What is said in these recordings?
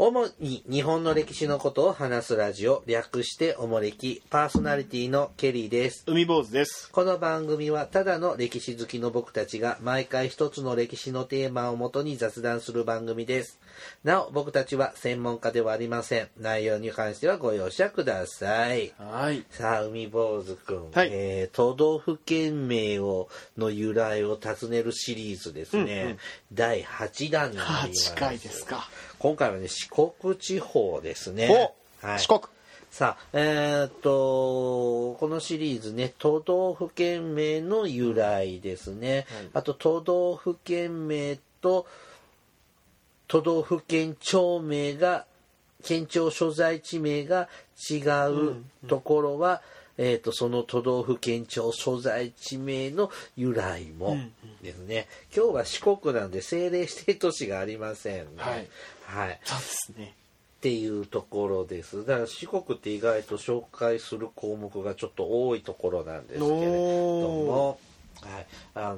主に日本の歴史のことを話すラジオ、略しておもれき、パーソナリティのケリーです。 海坊主です。 この番組はただの歴史好きの僕たちが毎回一つの歴史のテーマをもとに雑談する番組です。なお僕たちは専門家ではありません。内容に関してはご容赦ください。 はい。 さあ海坊主くん、 はい、 都道府県名の由来を尋ねるシリーズですね、第8弾になります。 8回ですか。 今回はね、四国地方ですね。 はい、四国。 さあ、このシリーズね、都道府県名の由来ですね。あと、都道府県名と都道府県庁名が、県庁所在地名が違うところは、その都道府県庁所在地名の由来もですね。今日は四国なんで政令指定都市がありませんね。 はい。 はい。 そうですね。 っていうところです。だから四国って意外と紹介する項目がちょっと多いところなんですけれども、はい、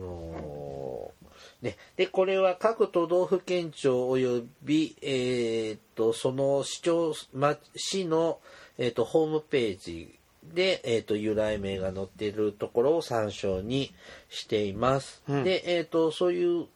ね、でこれは各都道府県庁およびその市のホームページで由来名が載っているところを参照にしています。でそういう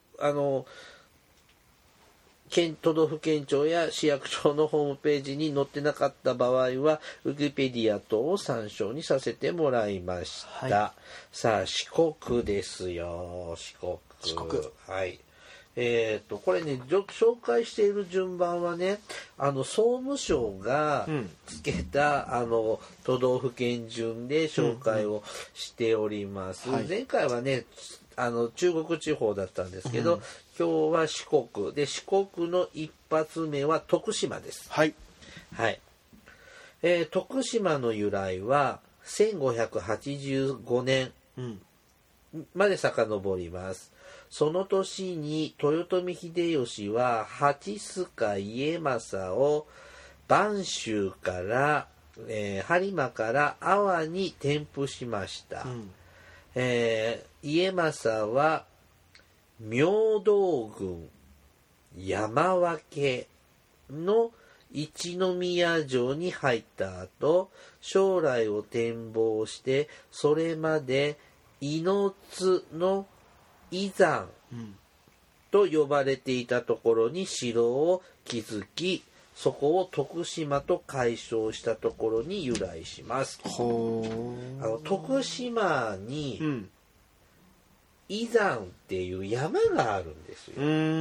都道府県庁や市役所のホームページに載ってなかった場合はウィキペディア等を参照にさせてもらいました。はい、さあ四国ですよ。四国。はい。これね紹介している順番はね総務省がつけた、都道府県順で紹介をしております。はい、前回はね中国地方だったんですけど、今日は四国で、四国の一発目は徳島です。 はい、 はい。徳島の由来は1585年まで遡ります。その年に豊臣秀吉は蜂須賀家政を播州から播磨から阿波に転布しました。家政は明道郡山分の一宮城に入った後、将来を展望してそれまで伊能津の伊山と呼ばれていたところに城を築き、そこを徳島と改称したところに由来します。徳島に伊山っていう山があるんですよ。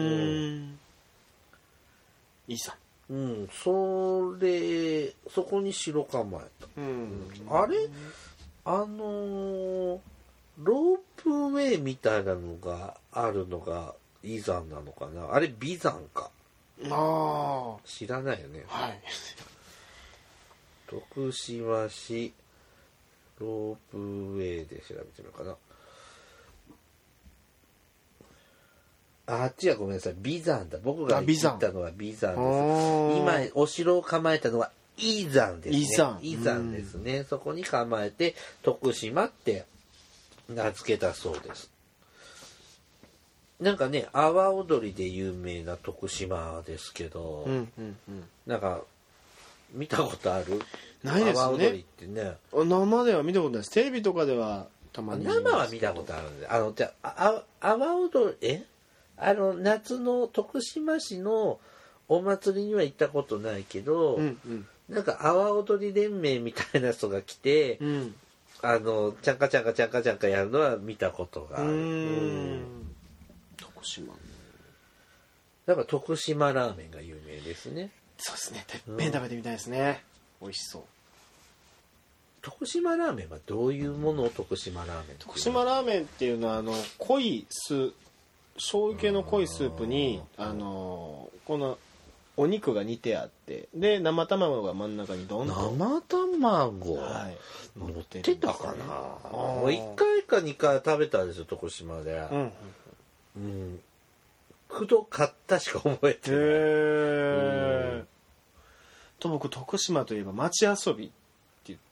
伊山。 そこに城構えた。あれロープウェイみたいなのがあるのが伊山なのかな。あれ眉山か。知らないよね。 はい。 徳島市ロープウェイで調べてみようかな。あっちはごめんなさい。眉山だ。僕が言ったのは眉山です。今お城を構えたのは伊山ですね。伊山ですね。そこに構えて徳島って名付けたそうです。なんかね、阿波踊りで有名な徳島ですけど、なんか見たことある？ ないですね。 阿波踊りってね。 生では見たことないです。テレビとかではたまに見ます。 生は見たことあるんで、じゃあ阿波踊り夏の徳島市のお祭りには行ったことないけど、なんか阿波踊り連盟みたいな人が来て、ちゃんかちゃんかちゃんかちゃんかやるのは見たことがある。 徳島。 だから徳島ラーメンが有名ですね。 そうですね。てっぺん食べてみたいですね。美味しそう。 徳島ラーメンはどういうものを徳島ラーメンっていうの？ 徳島ラーメンっていうのは濃い醤油系の濃いスープにこのお肉が煮てあって、で生卵が真ん中にドンと生卵、乗ってたかな。もう1回か2回食べたんですよ徳島で。くどかったしか覚えてない。 と僕徳島といえば町遊びって言って、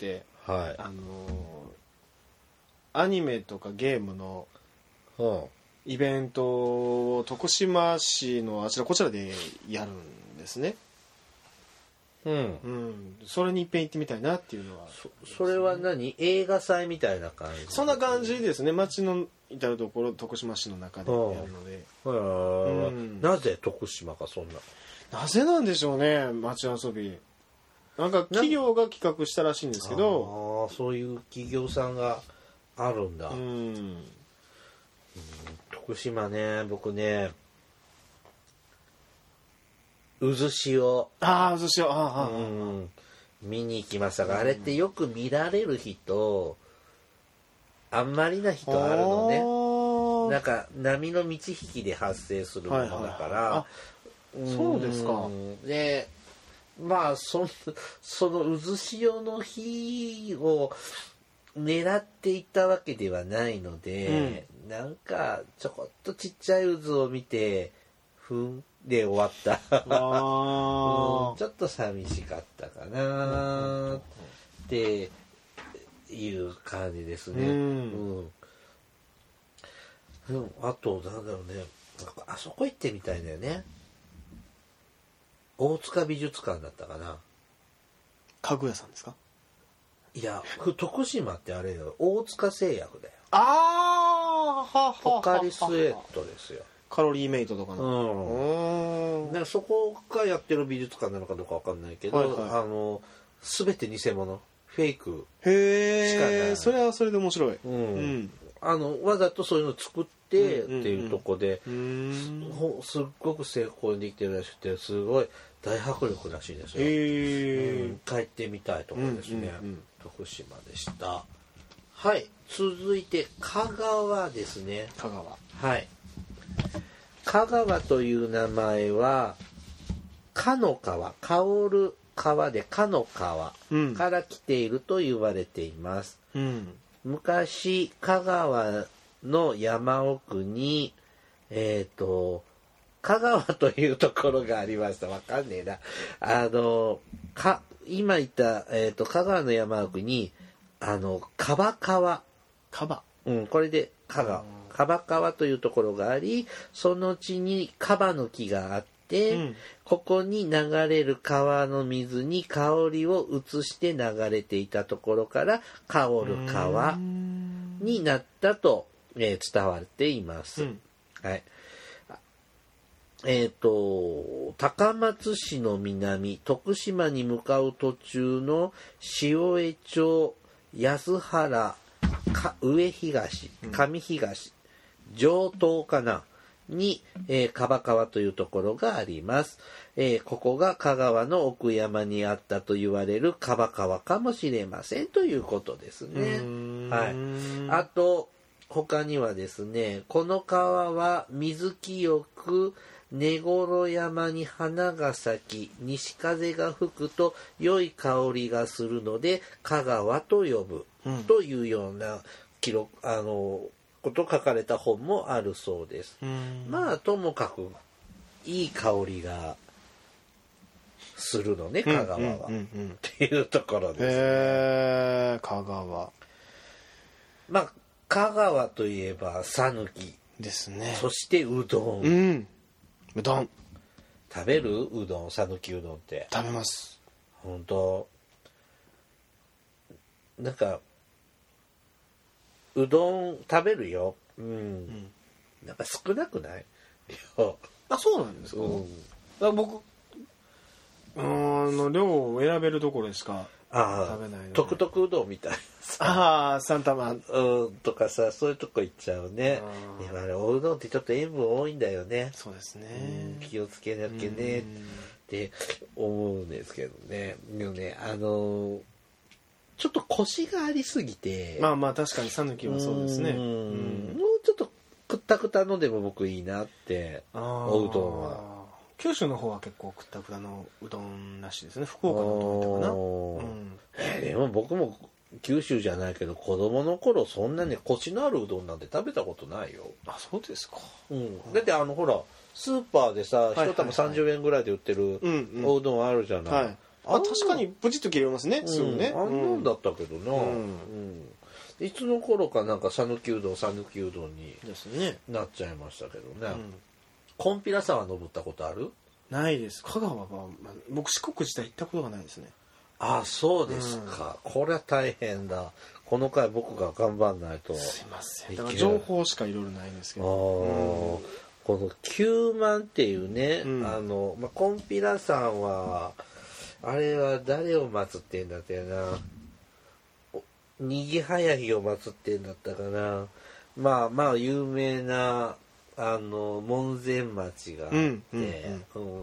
アニメとかゲームのイベントを徳島市のあちらこちらでやるんですね。 それにいっぺん行ってみたいなっていうのは。 それは何、映画祭みたいな感じ？ そんな感じですね。町の至るところ徳島市の中でやるので。 なぜ徳島かそんな。 なぜなんでしょうね、町遊び。なんか企業が企画したらしいんですけど。 そういう企業さんがあるんだ。徳島ね、僕ね、渦潮。 渦潮。 見に行きましたが、あれってよく見られる人、あんまりな人あるのね。なんか波の満ち引きで発生するものだから。 そうですか。 で、まあその渦潮の日を狙っていったわけではないので、なんかちょこっとちっちゃい渦を見てで終わったちょっと寂しかったかなっていう感じですね。あとなんだろうね、あそこ行ってみたいんだよね。大塚美術館だったかな。 家具屋さんですか？ いや、徳島ってあれよ、大塚製薬だよ。ポカリスエットですよ。 カロリーメイトとかの。 そこがやってる美術館なのかどうかわかんないけど、全て偽物、フェイクしかない。 それはそれで面白い。 わざとそういうのを作ってっていうとこで、すっごく成功にできてるらしくて、すごい大迫力らしいですよ。帰ってみたいところですね。徳島でした。はい、続いて香川ですね。 香川。 はい。香川という名前は、かの川、香る川でかの川から来ていると言われています。昔、香川の山奥に、香川というところがありました。わかんねえな。今言った、香川の山奥に、樺川。これで樺川というところがあり、その地に樺の木があって、ここに流れる川の水に香りを移して流れていたところから、香る川になったと、伝わっています。はい。高松市の南、徳島に向かう途中の塩江町、安原、上東、上東、上東かなに、樺川というところがあります。ここが香川の奥山にあったと言われる樺川かもしれませんということですね。はい。あと、他にはですね、この川は水清く根頃山に花が咲き、西風が吹くと良い香りがするので香川と呼ぶというようなこと書かれた本もあるそうです。まあともかくいい香りがするのね、香川はっていうところですね。 香川。 まあ香川といえば讃岐ですね。 そしてうどん。 うどん食べる？うどん、讃岐うどんって食べます。 本当。なんかうどん食べるよ。なんか少なくない？ そうなんですか。僕量を選べるところでしか食べないので。 トクトクうどんみたいなさ。サンタマンとかさ、そういうとこ行っちゃうね。でもあれおうどんってちょっと塩分多いんだよね。 そうですね。 気をつけなきゃねって思うんですけどね。でもね、ちょっとコシがありすぎて。 まあ確かに讃岐はそうですね。 もうちょっとくったくたのでも僕いいなっておうどんは。 九州の方は結構くったくたのうどんらしいですね。福岡のうどんだったかな。 でも僕も九州じゃないけど子供の頃そんなにコシのあるうどんなんて食べたことないよ。 そうですか。 だってほらスーパーでさ一玉30円ぐらいで売ってるおうどんあるじゃない。 確かにプチッと切れますね、すぐね。 あんなんだったけどな。いつの頃かなんか讃岐うどんになっちゃいましたけどね。こんぴらさんは登ったことある？ ないです。香川は、僕四国自体行ったことがないですね。 あ、そうですか、これは大変だ。この回僕が頑張んないと。 すいません。だから情報しかいろいろないんですけど。 この九万っていうね、コンピラさんはあれは誰を祀ってんだったよな。にぎはやひを祀ってんだったかな。まあ有名な門前町があって、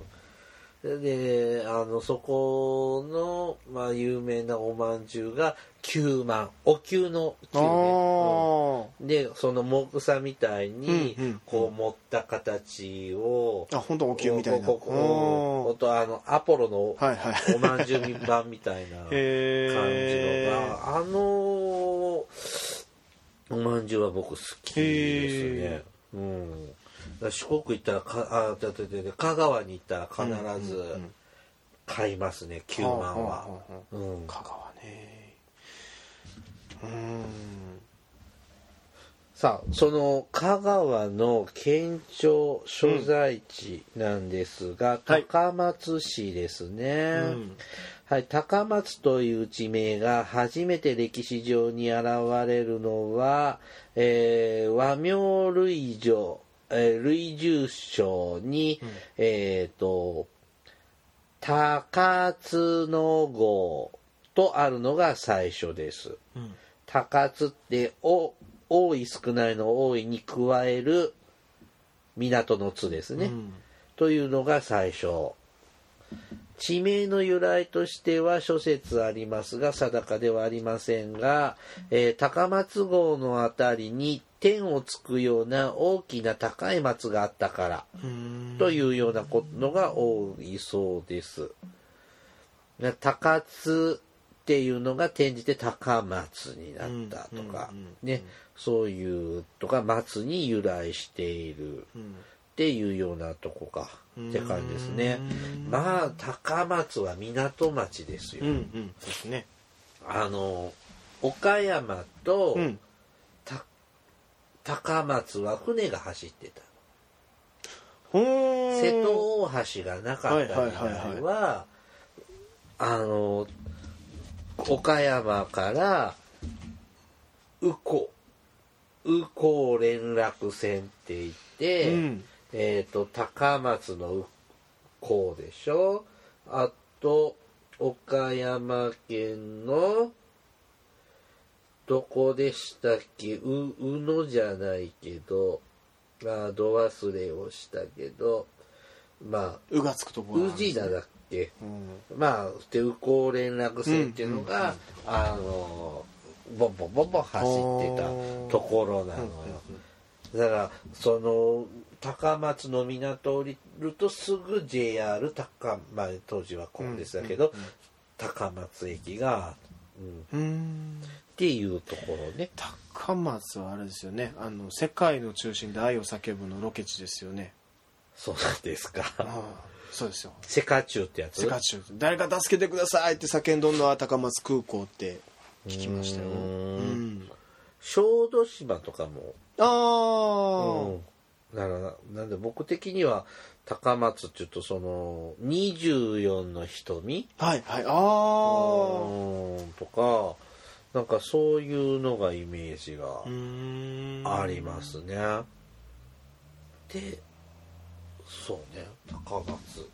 でそこの、有名なおまんじゅうが九万、お灸の灸ね、でそのもぐさみたいにこう持った形を、 本当お灸みたいな、 ほんとアポロのおまんじゅう版みたいな感じのがおまんじゅうは僕好きですね。四国行ったら香川に行ったら必ず買いますね、9万は。 香川ね。 さあ、その香川の県庁所在地なんですが、高松市ですね。はい、高松という地名が初めて歴史上に現れるのは、和名類住書に、高津の郷とあるのが最初です。高津って多い少ないの多いに加える港の津ですね、というのが最初。地名の由来としては諸説ありますが定かではありませんが、高松郷のあたりに天をつくような大きな高い松があったからというようなのが多いそうです。高津っていうのが転じて高松になったとかね、そういうとか松に由来しているっていうようなとこかって感じですね。まあ高松は港町ですよ。 ですね。 岡山と、高松は船が走ってた。瀬戸大橋がなかった時代は、岡山から宇高連絡船って言って、高松の宇高でしょ。あと岡山県のどこでしたっけ、宇野じゃないけど、ど忘れをしたけど、 うがつくところ宇治だっけ、で宇高連絡船っていうのが、ボンボン走ってたところなのよ。だからその高松の港を降りるとすぐ JR 当時はこうでしたけど、高松駅がっていうところね。 高松はあれですよね、世界の中心で愛を叫ぶのロケ地ですよね。 そうなんですか。 そうですよ。 セカチュウってやつ。 セカチュウ、誰か助けてくださいって叫んどんのは高松空港って聞きましたよ。 小豆島とかもなんで僕的には高松っていうとその24の瞳とかなんかそういうのがイメージがありますね。でそうね、高松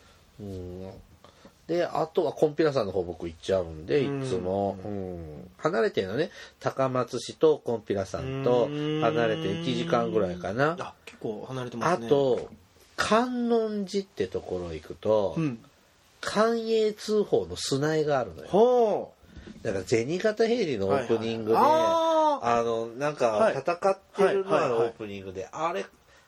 で、あとはコンピラさんの方僕行っちゃうんで、いつも、離れてるのね、高松市とコンピラさんと離れて1時間ぐらいかな。 結構離れてますね。 あと観音寺ってところ行くと、寛永通宝の砂絵があるのよ。だから銭形平次のオープニングで、なんか戦ってるのがオープニングで、あれ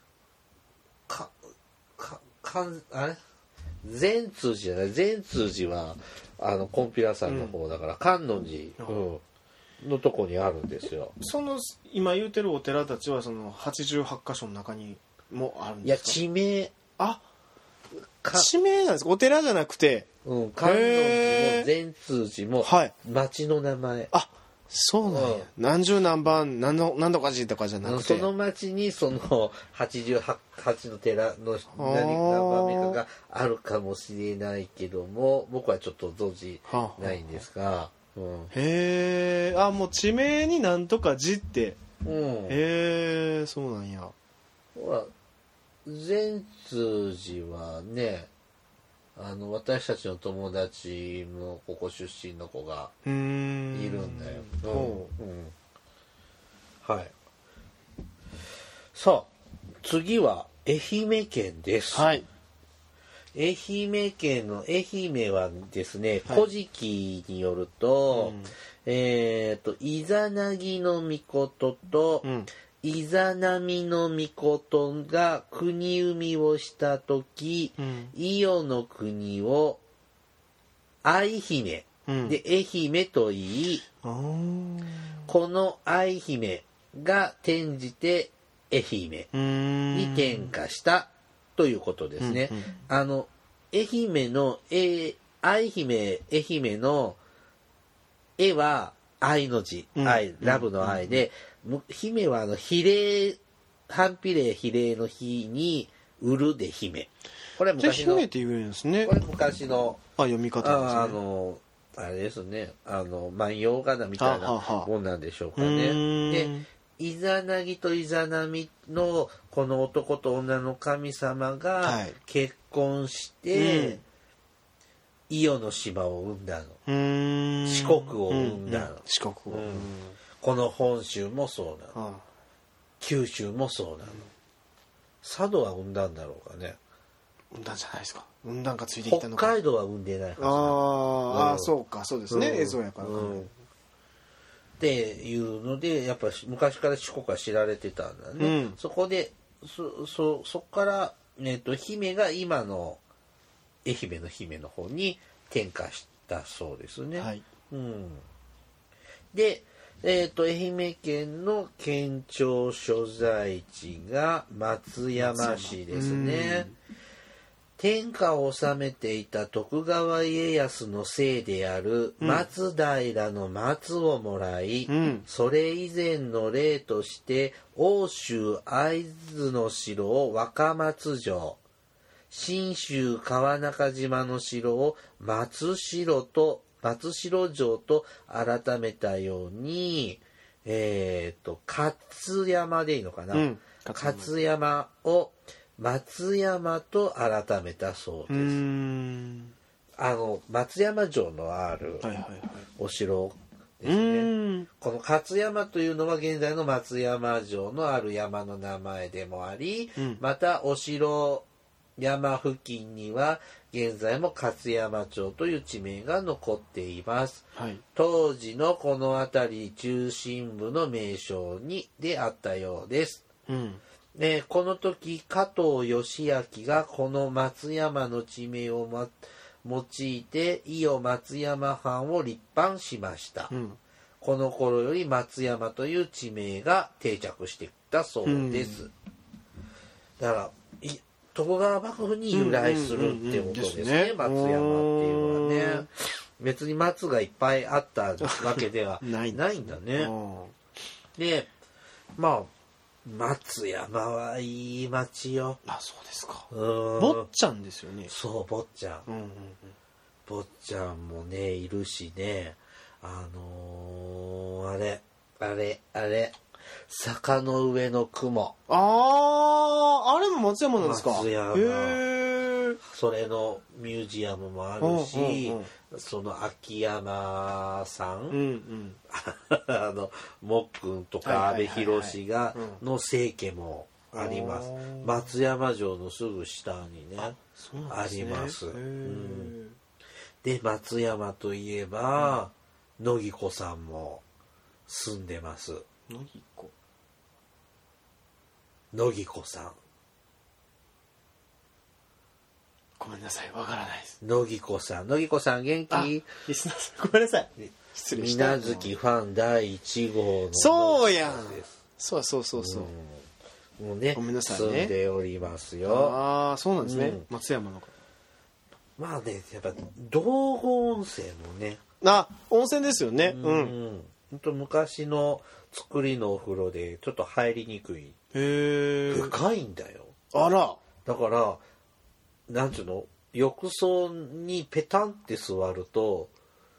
あれ善通寺じゃない、善通寺はコンピラさんの方だから、観音寺、のとこにあるんですよ。 その今言うてるお寺たちはその88箇所の中にもあるんですか？ いや地名、 地名なんですか？お寺じゃなくて、 観音寺も善通寺も町の名前。 そうなんや、何十何番何度かじとかじゃなくて、 その町にその88の寺の何番目かがあるかもしれないけども、僕はちょっと存じないんですが、 へえ、もう地名になんとか寺って、へえ、そうなんや。 ほら善通寺はね、私たちの友達のここ出身の子がいるんだよ。はい。さあ次は愛媛県です。 はい。 愛媛県の愛媛はですね、古事記によると、イザナギの御事と、イザナミの御事が国生みをしたとき、伊予の国を愛媛、で愛媛と言い、この愛媛が転じて愛媛に転化したということですね。愛媛の愛媛の絵は愛の字、愛、ラブの愛で、姫は比例、反比例比例の日に売るで姫。これは昔の。 姫って言うんですね。 これ昔の。 読み方ですね。 あれですね。万葉仮名みたいなもんなんでしょうかね。で、イザナギとイザナミのこの男と女の神様が結婚して、伊予の島を生んだの。四国を生んだの。 四国を。 この本州もそうなの。九州もそうなの。佐渡は生んだんだろうかね。 生んだんじゃないですか。生んだんかついてきたのか。 北海道は生んでないはず。そうか、そうですね。映像やから。 っていうので、やっぱ昔から四国は知られてたんだね。そこで、そこから、姫が今の愛媛の姫の方に転化したそうですね。で、愛媛県の県庁所在地が松山市ですね。天下を治めていた徳川家康の姓である松平の松をもらい、それ以前の例として奥州会津の城を若松城、信州川中島の城を松城城と改めたように、勝山でいいのかな、勝山を松山と改めたそうです。松山城のあるお城ですね。この勝山というのは現在の松山城のある山の名前でもあり、またお城山付近には現在も勝山町という地名が残っています。当時のこの辺り中心部の名称であったようです。この時加藤義明がこの松山の地名を用いて伊予松山藩を立藩しました。この頃より松山という地名が定着してきたそうです。だから徳川幕府に由来するってことですね、松山っていうのはね。別に松がいっぱいあったわけではないんだね。で、松山はいい町よ。 そうですか。坊ちゃんですよね。 そう、坊ちゃん。坊ちゃんもねいるしね、あれ坂の上の雲。 あれも松山なんですか。 松山。それのミュージアムもあるし、その秋山さん、もっくんとか阿部寛がの生家もあります。松山城のすぐ下にねあります。で松山といえば野木子さんも住んでます。野木子さん。 ごめんなさい、わからないです。 野木子さん元気？ リスナーさんごめんなさい。失礼した。 水無月ファン第1号の。 そうやん。そう。 もうね、 ごめんなさいね。 住んでおりますよ。 そうなんですね。松山の。 やっぱ道後温泉もね。 温泉ですよね。 ほんと昔の作りのお風呂でちょっと入りにくい。 へえ。 深いんだよ。 あら。 だからなんていうの、浴槽にペタンって座ると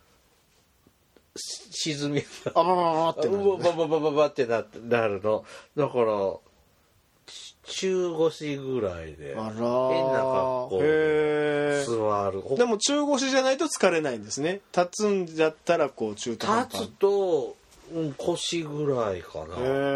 沈みあばばばってなる、ね、 バババババってなるの。だから中腰ぐらいであら変な格好で座る。 でも中腰じゃないと疲れないんですね。立つんだったらこう中途半端。 立つと、腰ぐらいかな。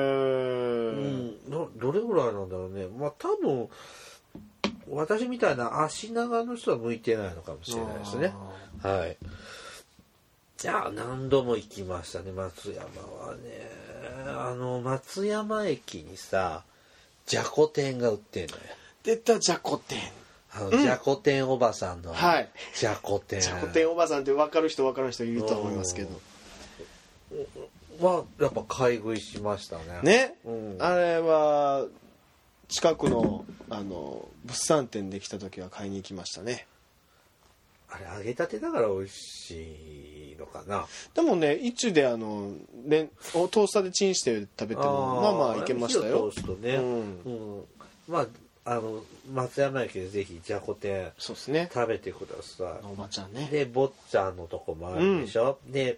どれぐらいなんだろうね。まあ多分私みたいな足長の人は向いてないのかもしれないですね。はい。じゃあ何度も行きましたね、松山はね。松山駅にさ、じゃこ天が売ってんのよ。 出たじゃこ天。 じゃこ天おばさんの。 はい。 じゃこ天。 じゃこ天おばさんって分かる人分からん人いると思いますけど。 まあやっぱ買い食いしましたね。 ね。あれは近くの物産展で来た時は買いに行きましたね。 あれ揚げたてだから美味しいのかな。 でもね、一でトースターでチンして食べてもまあまあいけましたよ。 火を通すとね。まあ松山駅でぜひじゃこ天そうですね。 食べてください。 おばちゃんね。 で坊ちゃんのとこもあるでしょ。で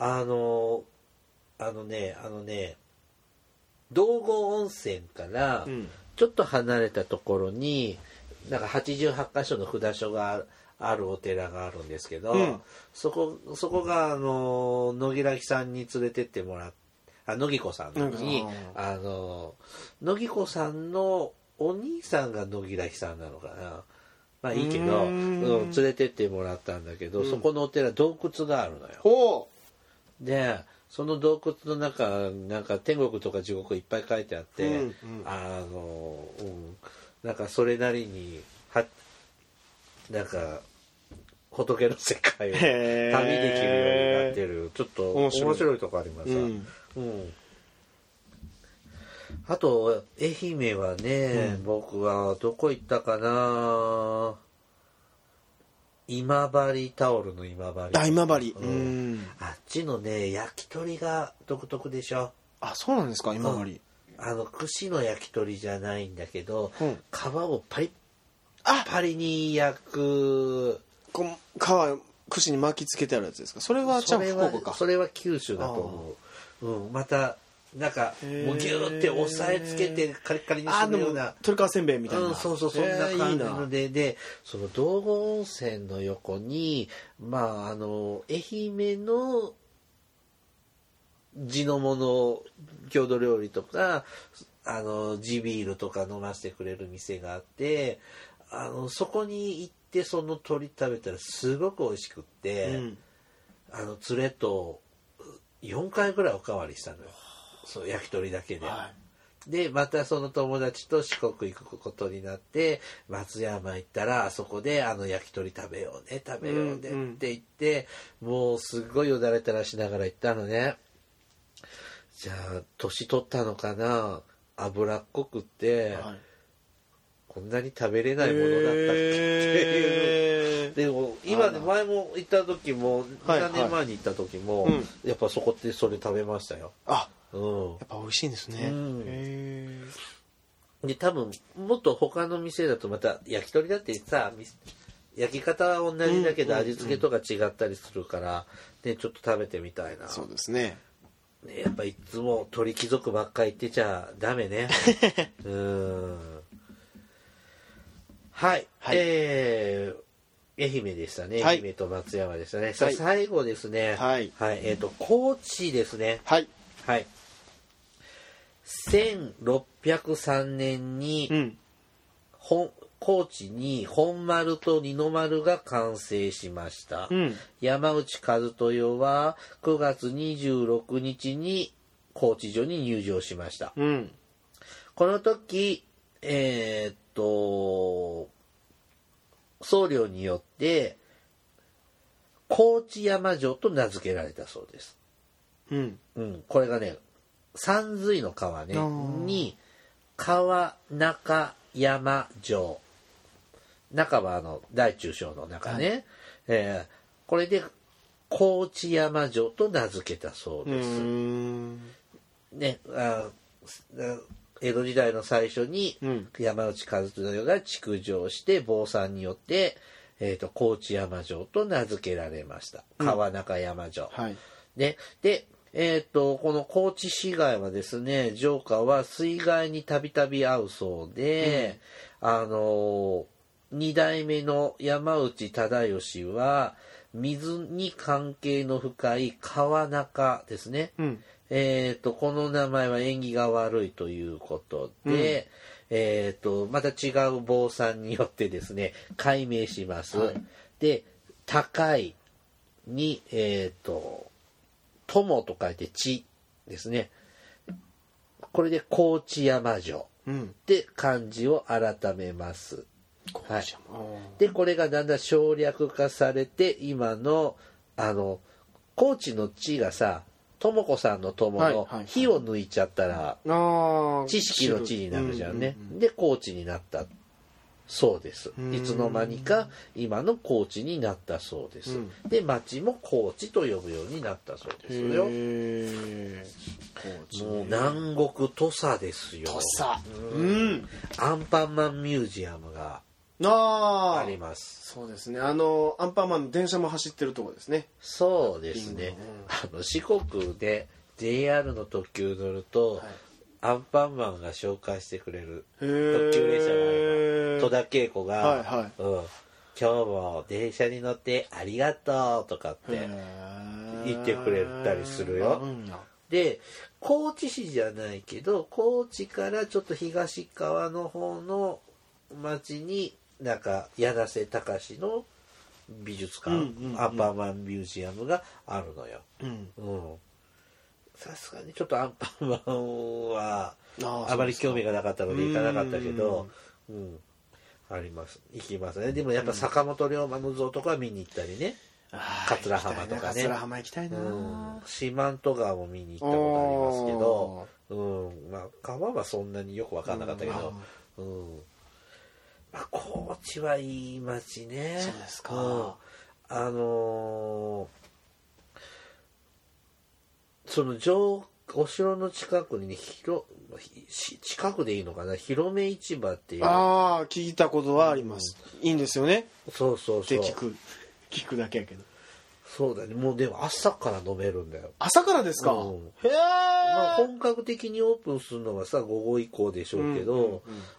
道後温泉からちょっと離れたところになんか88箇所の札所があるお寺があるんですけど、そこが野木さんに連れてってもらって野木子さんに野木子さんのお兄さんが野木さんなのかな。まあいいけど、連れてってもらったんだけど、そこのお寺洞窟があるのよ。でその洞窟の中なんか天国とか地獄いっぱい書いてあって、なんかそれなりになんか仏の世界を旅できるようになってるちょっと面白いとこあります。あと愛媛はね、僕はどこ行ったかな。今治タオルの今治。 今治。 あっちのね焼き鳥が独特でしょ。 あ、そうなんですか、今治。 串の焼き鳥じゃないんだけど、皮をパリに焼く。 皮串に巻きつけてあるやつですか。それはじゃあ福岡か。 それは九州だと思う。またなんかもうギューって押さえつけてカリカリにするような鶏皮せんべいみたいな。 そうそんな感じので、その道後温泉の横にまあ愛媛の地のもの郷土料理とか地ビールとか飲ませてくれる店があってそこに行ってその鶏食べたらすごく美味しくって、連れと4回ぐらいおかわりしたのよ。そう焼き鳥だけで、でまたその友達と四国行くことになって松山行ったらあそこで焼き鳥食べようねって言って、もうすごいよだれ垂らしながら行ったのね。じゃあ年取ったのかな、脂っこくって、こんなに食べれないものだったっけっていう。でも今ね、前も行った時も7年前に行った時も、やっぱそこってそれ食べましたよ。 やっぱ美味しいんですね。 で多分もっと他の店だとまた焼き鳥だってさ焼き方は同じだけど味付けとか違ったりするから、ね、ちょっと食べてみたいな。 そうですね。 やっぱいつも鳥貴族ばっかり言ってちゃダメね。はい、愛媛でしたね。愛媛と松山でしたね。さあ最後ですね。高知ですね。1603年に、高知に本丸と二の丸が完成しました。山内和豊は9月26日に高知城に入城しました。この時、僧侶によって高知山城と名付けられたそうです。これがね三髄の川ねに川中山城、中は大中小の中ね、これで高知山城と名付けたそうです。ね、江戸時代の最初に山内和豊が築城して坊さんによって、高知山城と名付けられました。川中山城。 はい、 で、この高知市街はですね、城下は水害にたびたび遭うそうで、二代目の山内忠義は、水に関係の深い川中ですね。この名前は縁起が悪いということで、また違う坊さんによってですね、改名します。で、高いに、友と書いて地ですね。これで高知山城って漢字を改めます。はい、でこれがだんだん省略化されて今の高知の地がさ智子さんの友の火を抜いちゃったら知識の地になるじゃんね。で高知になったそうです。いつの間にか今の高知になったそうです。で町も高知と呼ぶようになったそうですよ。もう南国土佐ですよ。 土佐。 アンパンマンミュージアムがあります。 そうですね。アンパンマンの電車も走ってるとこですね。 そうですね。四国で JR の特急乗ると、アンパンマンが紹介してくれる特急列車があるの。戸田恵子が、今日も電車に乗ってありがとうとかって言ってくれたりするよ。で高知市じゃないけど高知からちょっと東側の方の町になんか柳瀬隆の美術館、アンパンマンミュージアムがあるのよ。さすがにちょっとアンパンマンはあまり興味がなかったので行かなかったけど、あります。行きますね。でもやっぱ坂本龍馬の像とか見に行ったりね。桂浜とかね。 桂浜行きたいな。 四万十川も見に行ったことありますけど、まあ川はそんなによく分かんなかったけど、まあ高知はいい町ね。 そうですか。 そのお城の近くにね近くでいいのかな、広め市場っていう。 聞いたことはあります。いいんですよね。 そうって聞くだけやけど。 そうだね。もうでも朝から飲めるんだよ。 朝からですか。へえ。 まあ本格的にオープンするのはさ午後以降でしょうけど、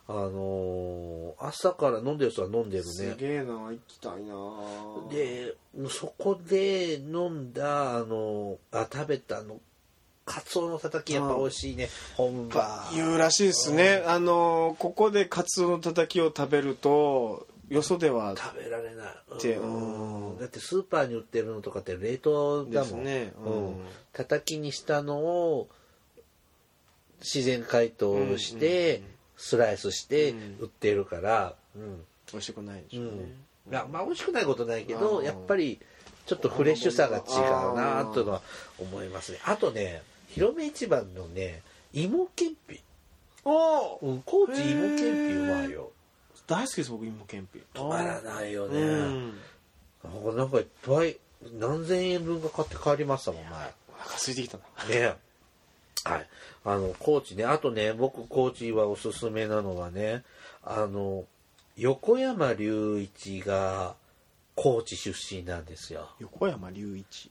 朝から飲んでる人は飲んでるね。 すげえな、行きたいな。 でそこで飲んだ食べたカツオのたたきやっぱ美味しいね。本場言うらしいですね。ここでカツオのたたきを食べるとよそでは食べられない。だってスーパーに売ってるのとかって冷凍だもんね。たたきにしたのを自然解凍してスライスして売ってるから、 美味しくないでしょうね。 まあ美味しくないことないけどやっぱりちょっとフレッシュさが違うなというのは思いますね。あとね広め市場のね芋けんぴ。高知芋けんぴうまいよ。 大好きです僕芋けんぴ。 止まらないよね。なんかいっぱい何千円分か買って帰りましたもん前。 お腹空いてきたな。 ね。はい。高知ね。あとね僕高知はおすすめなのはね横山隆一が高知出身なんですよ。 横山隆一。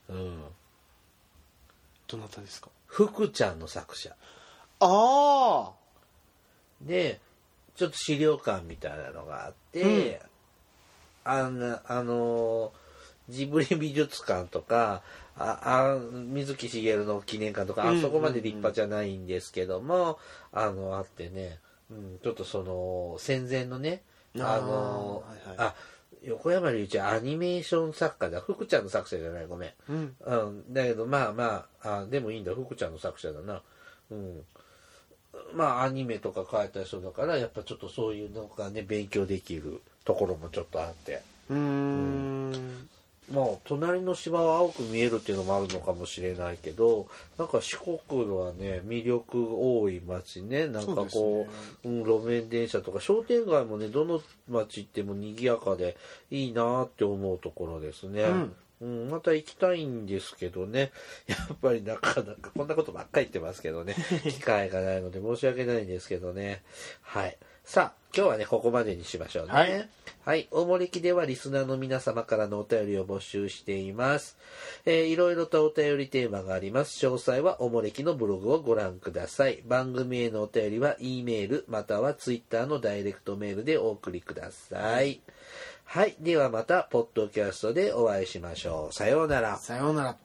どなたですか。 福ちゃんの作者。でちょっと資料館みたいなのがあって、ジブリ美術館とか水木しげるの記念館とか、そこまで立派じゃないんですけどもあってね、ちょっとその戦前のね横山隆一はアニメーション作家だ。福ちゃんの作者じゃない、ごめん。だけどまあでもいいんだ、福ちゃんの作者だな。まあアニメとか書いた人だからやっぱちょっとそういうのがね勉強できるところもちょっとあって。まあ隣の島は青く見えるっていうのもあるのかもしれないけど、なんか四国はね魅力多い町ね。なんかこう、路面電車とか商店街もねどの町行っても賑やかでいいなって思うところですね。 また行きたいんですけどね。やっぱりなかなかこんなことばっかり言ってますけどね。機会がないので申し訳ないんですけどね。はい。さあ、今日はね、ここまでにしましょうね。 はい。 はい。大森記ではリスナーの皆様からのお便りを募集しています。いろいろとお便りテーマがあります。詳細はおもれきのブログをご覧ください。番組へのお便りは E メールまたは Twitter のダイレクトメールでお送りください。はい。ではまた、ポッドキャストでお会いしましょう。さようなら。 さようなら。